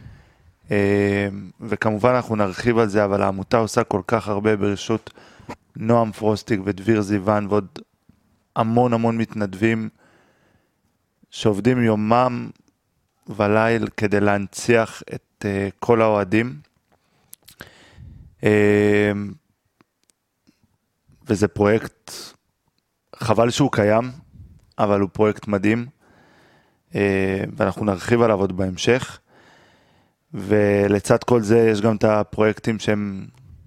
וכמובן אנחנו נרחיב על זה, אבל העמותה עושה כל כך הרבה ברשות נועם פרוסטיק ודביר זיוון, ועוד המון המון מתנדבים שעובדים יומם וליל כדי להנציח את כל האוהדים. וזה פרויקט, חבל שהוא קיים, אבל הוא פרויקט מדהים. ואנחנו נרחיב עליו עוד בהמשך, ולצד כל זה יש גם את הפרויקטים שהם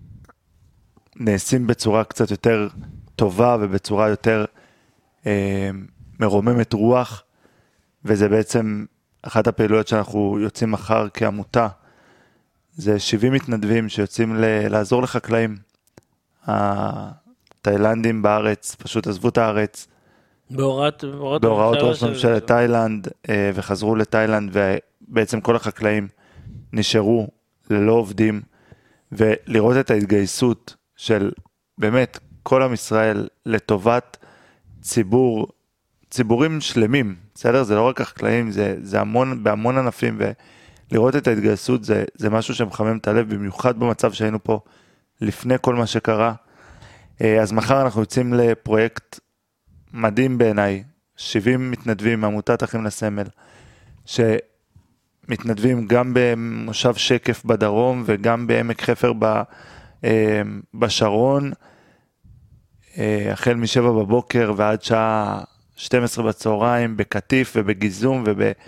נעשים בצורה קצת יותר טובה, ובצורה יותר אה, מרוממת רוח, וזה בעצם אחת הפעילויות שאנחנו יוצאים מחר כעמותה, זה שבעים מתנדבים שיוצאים ל- לעזור לחקלאים. התאילנדים בארץ פשוט עזבו את הארץ, בהוראות, בהוראות ראש ממשלת תאילנד, וחזרו לתאילנד, ובעצם כל החקלאים נשארו ללא עובדים, ולראות את ההתגייסות של באמת כל עם ישראל לטובת ציבור, ציבורים שלמים, בסדר? זה לא רק החקלאים, זה, זה המון, בהמון ענפים, ולראות את ההתגייסות זה, זה משהו שמחמם את הלב, במיוחד במצב שהיינו פה לפני כל מה שקרה. אז מחר אנחנו יוצאים לפרויקט מדהים בעיניי, שבעים מתנדבים מעמותת אחים לסמל, שמתנדבים גם במושב שקף בדרום, וגם בעמק חפר בשרון, החל משבע בבוקר ועד שעה שתים עשרה בצהריים, בקטיף ובגיזום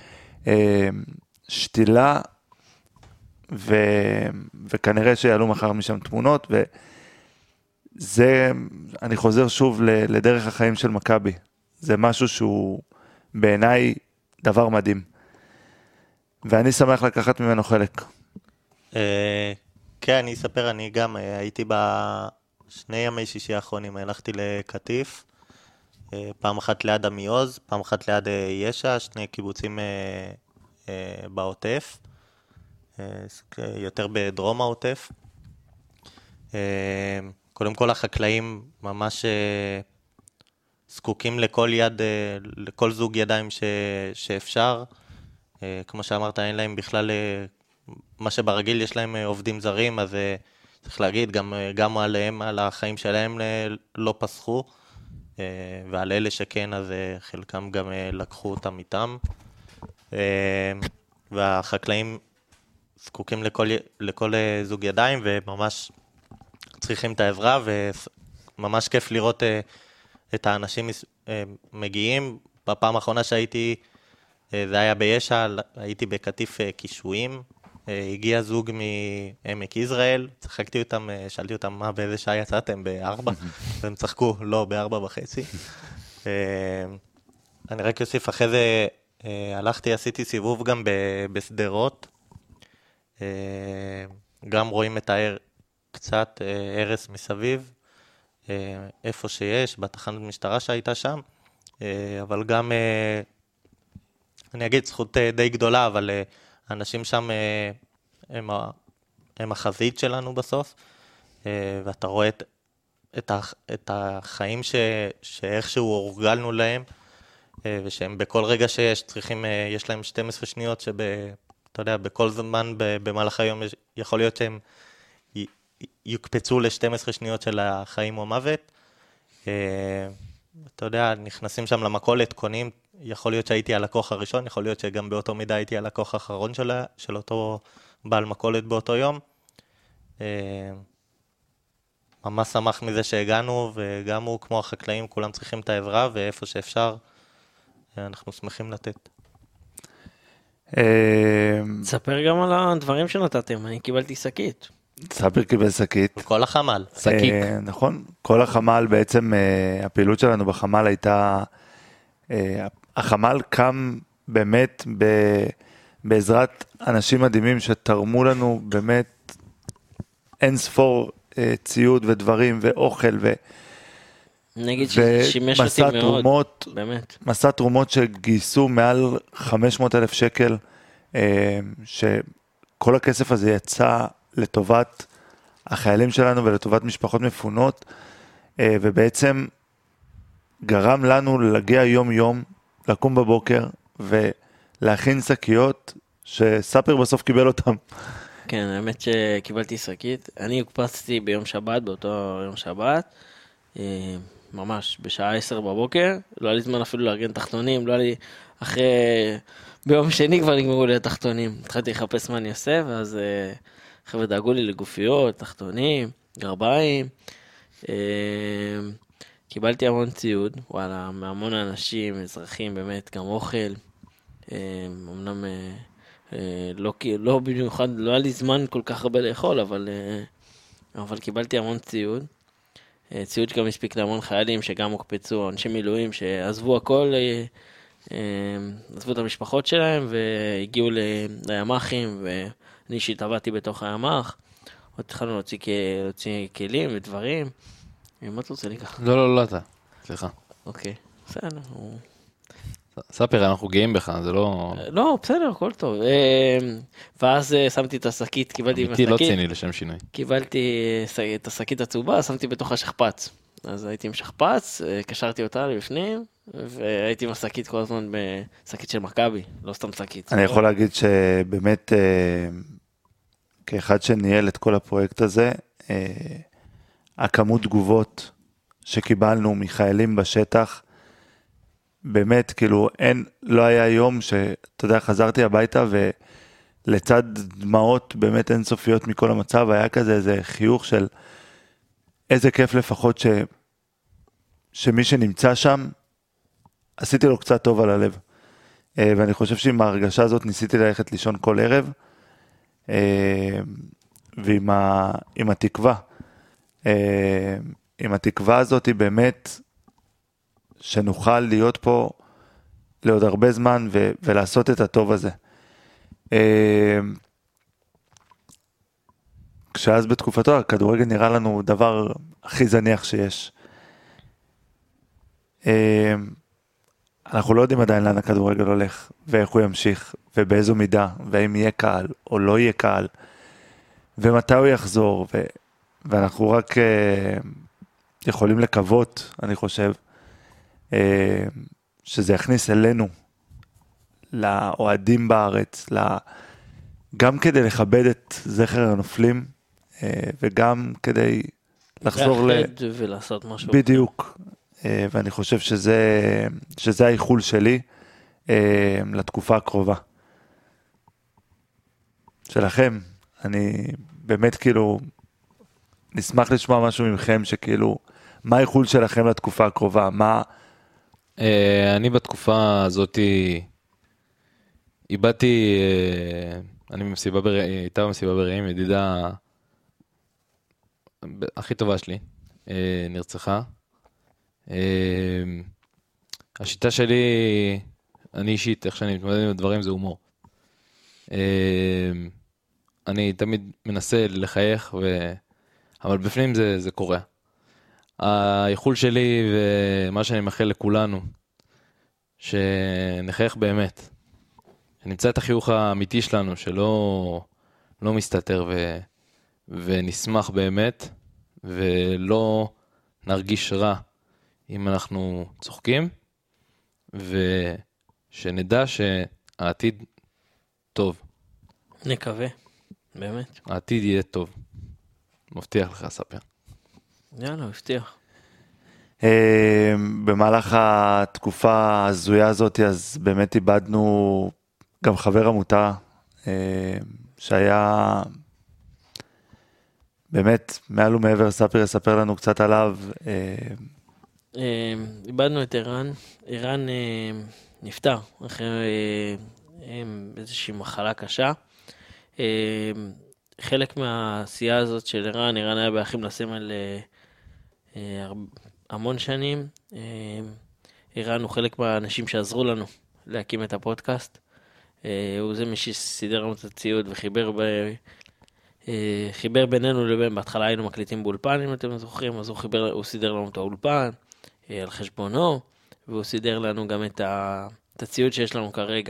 ובשתילה, ו... וכנראה שיעלו מחר משם תמונות, ו... זה, אני חוזר שוב לדרך החיים של מכבי. זה משהו שהוא בעיניי דבר מדהים. ואני שמח לקחת ממנו חלק. כן, אני אספר, אני גם הייתי בשני ימי שישי האחרונים, הלכתי לקטיף, פעם אחת ליד עמיעוז, פעם אחת ליד ישע, שני קיבוצים בעוטף, יותר בדרום העוטף. קודם כל החקלאים ממש זקוקים לכל יד, לכל זוג ידיים ש, שאפשר. כמו שאמרת, אין להם בכלל מה שברגיל יש להם עובדים זרים, אז צריך להגיד, גם, גם עליהם, על החיים שלהם לא פסחו, ועל אלה שכן, אז חלקם גם לקחו אותם איתם. והחקלאים זקוקים לכל, לכל זוג ידיים, וממש צריכים את העזרה, וממש כיף לראות את האנשים מגיעים. בפעם האחרונה שהייתי, זה היה בישע, הייתי בקטיף קישואים, הגיע זוג מעמק יזרעאל, צחקתי אותם, שאלתי אותם מה, באיזה שעה יצאתם? בארבע? והם צחקו, לא, בארבע וחצי. אני רק אוסיף, אחרי זה הלכתי, עשיתי סיבוב גם בסדרות, גם רואים את הער, קצת הרס מסביב, איפה שיש, בתחנת משטרה שהייתה שם, אבל גם, אני אגיד, זכות די גדולה, אבל האנשים שם הם, הם החזית שלנו בסוף, ואתה רואה את, את, את החיים ש, שאיכשהו הורגלנו להם, ושהם בכל רגע שיש, צריכים, יש להם שתים עשרה שניות שב, אתה יודע, בכל זמן במהלך היום יכול להיות שהם יוקפצו ל-שתים עשרה שניות של החיים או מוות. אתה יודע, נכנסים שם למכולת, קונים, יכול להיות שהייתי הלקוח הראשון, יכול להיות שגם באותו מידה הייתי הלקוח האחרון של, של אותו בעל מכולת באותו יום. ממש שמח מזה שהגענו, וגם הוא כמו החקלאים, כולם צריכים את העזרה, ואיפה שאפשר, אנחנו שמחים לתת. תספר גם על הדברים שנתתם, אני קיבלתי שקית. ספיר קיבל שקית. כל החמ"ל. שקיק. נכון, כל החמ"ל בעצם, הפעילות שלנו בחמ"ל הייתה, החמ"ל קם באמת בעזרת אנשים מדהימים שתרמו לנו באמת אין ספור ציוד ודברים ואוכל ו... נגיד ששימש אותי מאוד, תרומות, באמת. מסע תרומות שגייסו מעל חמש מאות אלף שקל, שכל הכסף הזה יצא לטובת החיילים שלנו ולטובת משפחות מפונות, ובעצם גרם לנו להגיע יום יום, לקום בבוקר ולהכין שקיות, שספיר בסוף קיבל אותם. כן, האמת שקיבלתי שקית. אני הוקפצתי ביום שבת, באותו יום שבת, ממש בשעה עשר בבוקר, לא היה לי זמן אפילו לארגן תחתונים, לא היה לי אחרי, ביום שני כבר נגמרו לי התחתונים, התחלתי לחפש מה אני עושה, ואז חבר'ה דאגו לי לגופיות, תחתונים, גרביים, קיבלתי המון ציוד, וואלה, מהמון אנשים, אזרחים, באמת, גם אוכל, אמנם לא, לא במיוחד, לא היה לי זמן כל כך הרבה לאכול, אבל, אבל קיבלתי המון ציוד, ציוד שגם הספיק להמון חיילים שגם הוקפצו, אנשי מילואים שעזבו הכל, עזבו את המשפחות שלהם והגיעו לימ"חים, ואני שהתעבדתי בתוך הימ"ח, עוד התחלנו להוציא, להוציא כלים ודברים. מה אתה רוצה לקח? לא, לא, לא, אתה. סליחה. אוקיי, בסדר. ספיר, אנחנו גאים בך, זה לא... לא, בסדר, הכל טוב. ואז שמתי את השקית, קיבלתי עם השקית. אמיתי לא ציני לשם שינוי. קיבלתי את השקית הצהובה, שמתי בתוך השכפ"ץ. אז הייתי עם שכפ"ץ, קשרתי אותה לבפנים, והייתי עם השקית כל הזמן בשקית של מכבי, לא סתם שקית. אני יכול להגיד שבאמת, כאחד שניהל את כל הפרויקט הזה, הכמות תגובות שקיבלנו מחיילים בשטח, באמת, כאילו, אין, לא היה יום שאתה יודע, חזרתי הביתה ולצד דמעות באמת אינסופיות מכל המצב, היה כזה איזה חיוך של איזה כיף לפחות ש, שמי שנמצא שם, עשיתי לו קצת טוב על הלב. ואני חושב שעם ההרגשה הזאת ניסיתי ללכת לישון כל ערב, ועם ה, עם התקווה. עם התקווה הזאת היא באמת שנוכל להיות פה לעוד הרבה זמן ו- ולעשות את הטוב הזה. כשאז בתקופתו הכדורגל נראה לנו דבר הכי זניח שיש. אנחנו לא יודעים עדיין לאן הכדורגל הולך ואיך הוא ימשיך ובאיזו מידה והאם יהיה קהל או לא יהיה קהל ומתי הוא יחזור ו- ואנחנו רק יכולים לקוות, אני חושב, שזה יכניס אלינו, לאוהדים בארץ, גם כדי לכבד את זכר הנופלים, וגם כדי לחזור ל... לאחד ולעשות משהו. בדיוק. ואני חושב שזה, שזה האיחול שלי לתקופה הקרובה. שלכם, אני באמת כאילו נשמח לשמוע משהו ממכם, שכאילו, מה האיחול שלכם לתקופה הקרובה? מה... אני בתקופה הזאת איבדתי, אני במסיבה ברעים, הייתה במסיבה ברעים, ידידה הכי טובה שלי, נרצחה. השיטה שלי, אני אישית, איך שאני מתמודד עם הדברים, זה הומור. אני תמיד מנסה לחייך, ו... אבל בפנים זה, זה קורה. האיחול שלי ומה שאני מאחל לכולנו, שנחייך באמת. שנמצא את החיוך האמיתי שלנו, שלא לא מסתתר ו... ונשמח באמת, ולא נרגיש רע אם אנחנו צוחקים, ושנדע שהעתיד טוב. נקווה, באמת. העתיד יהיה טוב. מבטיח לך, ספר. יאללה, מבטיח. במהלך התקופה ההזויה הזאת, אז באמת איבדנו גם חבר עמותה, שהיה באמת מעל ומעבר. ספר יספר לנו קצת עליו. איבדנו את ערן. ערן נפטר אחרי איזושהי מחלה קשה. חלק מהעשייה הזאת של ערן, ערן היה באחים לסמל המון שנים. ערן הוא חלק מהאנשים שעזרו לנו להקים את הפודקאסט. הוא זה מי שסידר לנו את הציוד וחיבר ב... חיבר בינינו לבין, בהתחלה היינו מקליטים באולפן, אם אתם זוכרים, אז הוא, חיבר, הוא סידר לנו את האולפן על חשבונו, והוא סידר לנו גם את, ה, את הציוד שיש לנו כרגע.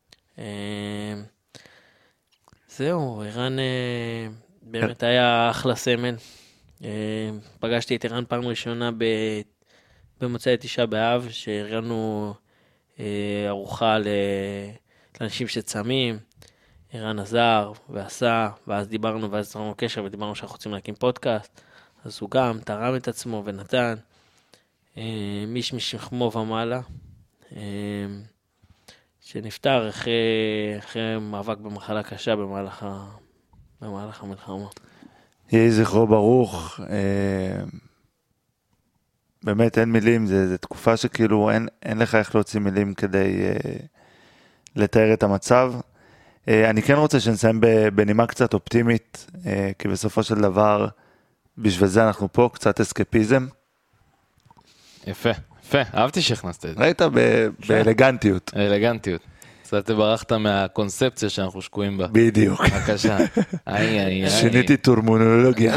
זהו, ערן באמת היה אחלה סמל. פגשתי את ערן פעם ראשונה במוצאי תשעה באב, שהראינו ארוחה לאנשים שצמים. ערן עזר ועשה, ואז דיברנו, ואז יצרנו קשר, ודיברנו שאנחנו רוצים להקים פודקאסט, אז הוא גם תרם את עצמו ונתן, מיש משכמו ומעלה, שנפטר אחרי, אחרי מאבק במחלה קשה במהלך, במהלך המלחמה. יהי זכרו ברוך, באמת אין מילים, זה, זה תקופה שכאילו אין, אין לך איך להוציא מילים כדי לתאר את המצב. אני כן רוצה שנסיים בנימה קצת אופטימית, כי בסופו של דבר, בשביל זה אנחנו פה, קצת אסקפיזם. יפה, יפה, אהבתי שהכנסת את זה. ראית באלגנטיות. אלגנטיות. קצת ברחת מהקונספציה שאנחנו שקועים בה. בדיוק. בבקשה. איי, איי, איי. שיניתי טורמונולוגיה.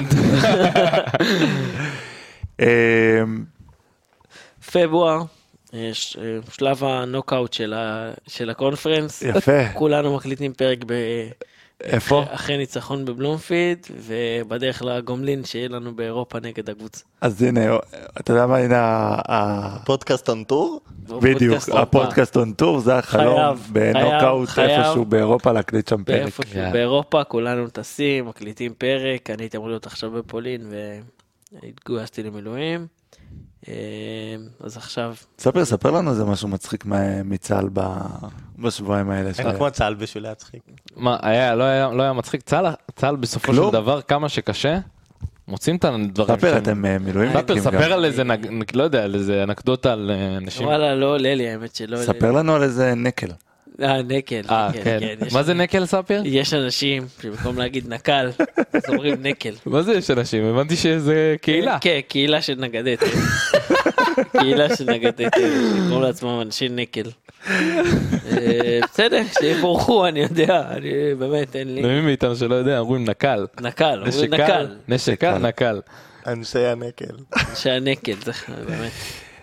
פברואר. שלב הנוקאוט של, ה, של הקונפרנס. יפה. כולנו מקליטים פרק ב... איפה? אחרי ניצחון בבלומפיד, ובדרך לגומלין שיהיה לנו באירופה נגד הקבוצה. אז הנה, אתה יודע מה, הנה הפודקאסט און טור? בדיוק, הפודקאסט און טור, זה החלום בנוקאוט איפשהו באירופה להקליט שם פרק. באיפשהו באירופה, כולנו טסים, מקליטים פרק, אני הייתי אמור להיות עכשיו בפולין, והתגויסתי למילואים. אז עכשיו... ספר, ספר לנו איזה משהו מצחיק מצה"ל בשבועיים האלה. אין כמו צה"ל בשביל להצחיק. מה, לא היה מצחיק? צה"ל בסופו של דבר, כמה שקשה, מוצאים את הדברים. ספר, אתם מילואים. ספר, ספר על איזה, לא יודע, על איזה אנקדוטה על אנשים. וואלה, לא עולה לי, האמת שלא עולה לי. ספר לנו על איזה נקל. אה, נקל. אה, כן. מה זה נקל, ספר? יש אנשים שבמקום להגיד נקל, אז אומרים נקל. מה זה יש אנשים? הבנתי שזה קהילה. כן, קהילה של נגדת. קהילה של נגדת. קוראים לעצמם אנשים נקל. בסדר, שיבורכו, אני יודע. אני באמת, אין לי... למי מאיתנו שלא יודע, אומרים נקל. נקל, אומרים נקל. נשקל, נקל. אנשי הנקל. אנשי הנקל, זה באמת.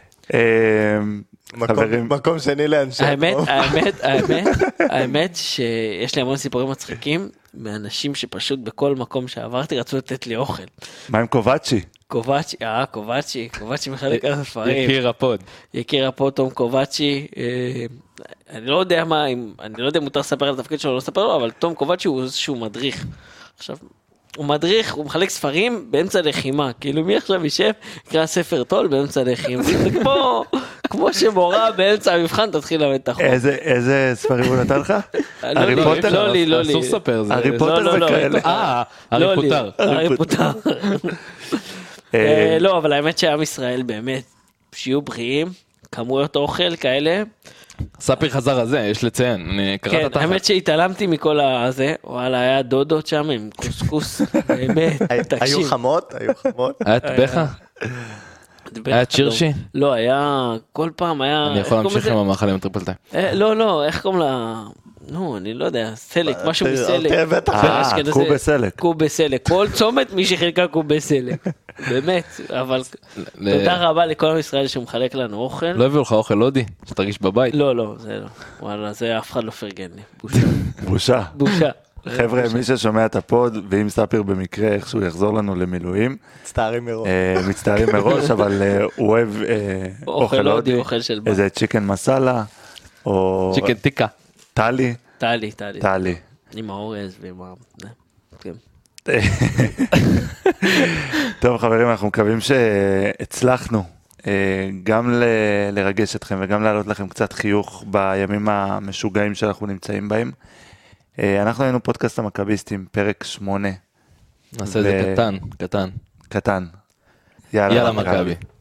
מקום שני לאנשי האמת, האמת, האמת, האמת שיש לי המון סיפורים מצחיקים מאנשים שפשוט בכל מקום שעברתי רצו לתת לי אוכל. מה עם קובצ'י? קובצ'י, אה, קובצ'י, קובצ'י מחלק על ספרים. יקיר הפוד. יקיר הפוד, תום קובצ'י, אה, אני לא יודע מה, אם, אני לא יודע אם מותר לספר על התפקיד שלו, לא לספר לו, אבל תום קובצ'י הוא איזשהו מדריך. עכשיו, הוא מדריך, הוא מחלק ספרים באמצע לחימה, כאילו מי עכשיו יישב, יקרא ספר טול באמצע לחימה, זה כמו, כמו שמורה באמצע המבחן תתחיל ללמד את החוק. איזה, איזה ספרים הוא נתן לך? לא הארי לי, פוטר? לא לי, לא לי. אסור לספר. זה- הארי זה- פוטר לא, זה לא, כאלה. אה, לא הארי לי, פוטר. הארי פוטר. אה, אה, לא, אבל האמת שעם ישראל באמת, שיהיו בריאים, כמויות אוכל כאלה. ספיר חזר הזה, יש לציין. אני קראת כן, תחת. האמת שהתעלמתי מכל הזה, וואלה, היה דודות שם עם קוסקוס, באמת, היו תקשיב. חמות, היו חמות. היה טבחה? היה צ'ירשי? לא, היה, כל פעם היה... אני יכול איך קוראים להמשיך לזה? עם המאכל עם טריפל טיים. אה, לא, לא, איך קוראים לה... נו, אני לא יודע, סלק, משהו תראה, מסלק. תראה, בטח. אה, אשכנזי. קובה סלק. קובה סלק, כל צומת מי שחילקה קובה סלק. באמת, אבל תודה רבה לכל עם ישראל שמחלק לנו אוכל. לא הביאו לך אוכל הודי? שתרגיש בבית? לא, לא, זה לא. וואלה, זה אף אחד לא פרגן לי. בושה. בושה. בושה. חבר'ה, מי ששומע את הפוד, ואם ספיר במקרה איכשהו יחזור לנו למילואים, מצטערים מראש. אה, מצטערים מראש, אבל אה, הוא אוהב אה, אוכל אוכל הודי, הודי, אוכל של בית. איזה צ'יקן מסאלה, או צ'יקן טיקה. טלי, טלי, טלי. טלי. עם האורז ועם ה... כן. טוב חברים, אנחנו מקווים שהצלחנו אה, גם ל- לרגש אתכם וגם להעלות לכם קצת חיוך בימים המשוגעים שאנחנו נמצאים בהם. אה, אנחנו היינו פודקאסט המכביסטים, פרק שמונה, נעשה את זה ו- קטן, קטן. קטן. יאללה, יאללה מכבי.